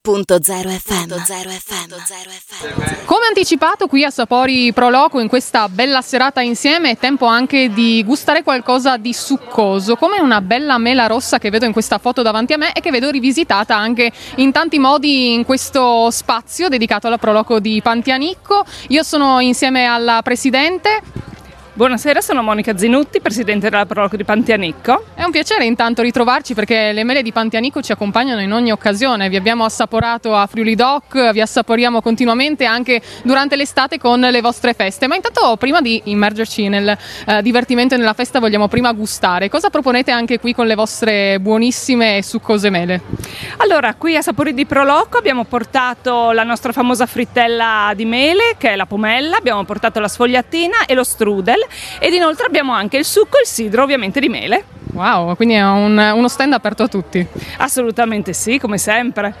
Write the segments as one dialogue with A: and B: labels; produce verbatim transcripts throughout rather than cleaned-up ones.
A: Punto zero F M. zero F M.
B: Come anticipato qui a Sapori Pro Loco, in questa bella serata insieme, è tempo anche di gustare qualcosa di succoso, come una bella mela rossa che vedo in questa foto davanti a me e che vedo rivisitata anche in tanti modi in questo spazio dedicato alla Pro Loco di Pantianicco. Io sono insieme alla presidente.
C: Buonasera, sono Monica Zinutti, presidente della Pro Loco di Pantianicco.
B: È un piacere intanto ritrovarci, perché le mele di Pantianicco ci accompagnano in ogni occasione. Vi abbiamo assaporato a Friuli Doc, vi assaporiamo continuamente anche durante l'estate con le vostre feste. Ma intanto, prima di immergerci nel eh, divertimento e nella festa, vogliamo prima gustare. Cosa proponete anche qui con le vostre buonissime e succose mele?
C: Allora, qui a Sapori di Pro Loco abbiamo portato la nostra famosa frittella di mele, che è la pomella, abbiamo portato la sfogliatina e lo strudel, ed inoltre abbiamo anche il succo e il sidro, ovviamente di mele.
B: Wow, quindi è un, uno stand aperto a tutti.
C: Assolutamente sì, come sempre.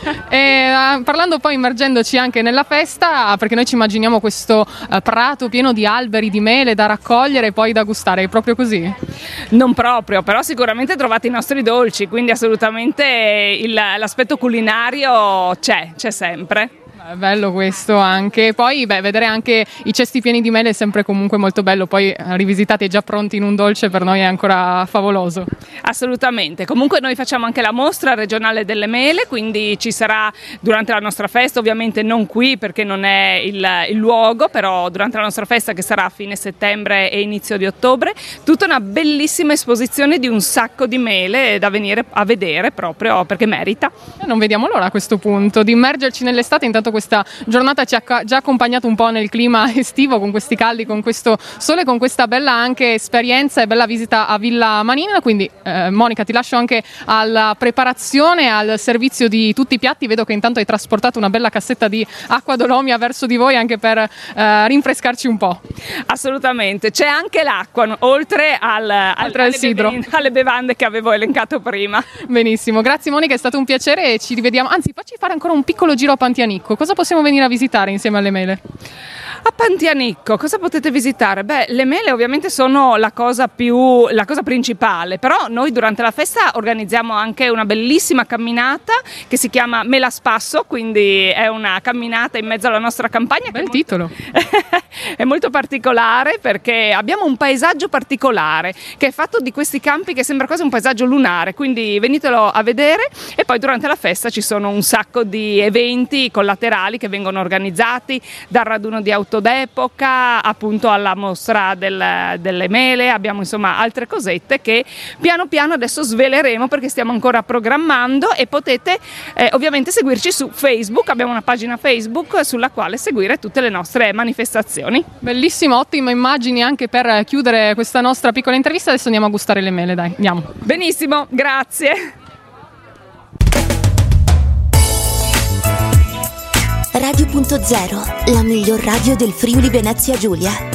B: E uh, parlando poi, immergendoci anche nella festa, perché noi ci immaginiamo questo uh, prato pieno di alberi di mele da raccogliere e poi da gustare, è proprio così?
C: Non proprio, però sicuramente trovate i nostri dolci, quindi assolutamente il, l'aspetto culinario c'è, c'è sempre.
B: È bello questo anche. Poi beh, vedere anche i cesti pieni di mele è sempre comunque molto bello. Poi rivisitati e già pronti in un dolce, per noi è ancora favoloso.
C: Assolutamente. Comunque noi facciamo anche la mostra regionale delle mele, quindi ci sarà durante la nostra festa, ovviamente non qui perché non è il, il luogo, però durante la nostra festa, che sarà a fine settembre e inizio di ottobre, tutta una bellissima esposizione di un sacco di mele da venire a vedere, proprio perché merita.
B: E non vediamo l'ora a questo punto di immergerci nell'estate. Intanto questa giornata ci ha già accompagnato un po' nel clima estivo, con questi caldi, con questo sole, con questa bella anche esperienza e bella visita a Villa Manina. Quindi eh, Monica, ti lascio anche alla preparazione, al servizio di tutti i piatti. Vedo che intanto hai trasportato una bella cassetta di acqua Dolomia verso di voi, anche per eh, rinfrescarci un po'.
C: Assolutamente, c'è anche l'acqua, oltre al, al,
B: oltre al
C: alle,
B: sidro.
C: bevande, alle bevande che avevo elencato prima.
B: Benissimo, grazie Monica, è stato un piacere e ci rivediamo. Anzi, facci fare ancora un piccolo giro a Pantianicco. Cosa possiamo venire a visitare insieme alle mele?
C: A Pantianicco cosa potete visitare? Beh, le mele ovviamente sono la cosa più, la cosa principale, però noi durante la festa organizziamo anche una bellissima camminata che si chiama Mela Spasso, quindi è una camminata in mezzo alla nostra campagna.
B: Bel
C: che
B: titolo!
C: È molto particolare perché abbiamo un paesaggio particolare che è fatto di questi campi che sembra quasi un paesaggio lunare, quindi venitelo a vedere. E poi durante la festa ci sono un sacco di eventi collaterali che vengono organizzati, dal raduno di auto d'epoca appunto alla mostra del, delle mele. Abbiamo insomma altre cosette che piano piano adesso sveleremo, perché stiamo ancora programmando, e potete eh, ovviamente seguirci su Facebook. Abbiamo una pagina Facebook sulla quale seguire tutte le nostre manifestazioni.
B: Bellissimo, ottime immagini anche per chiudere questa nostra piccola intervista. Adesso andiamo a gustare le mele, dai, andiamo.
C: Benissimo, grazie.
A: Radio Punto Zero, la miglior radio del Friuli Venezia Giulia.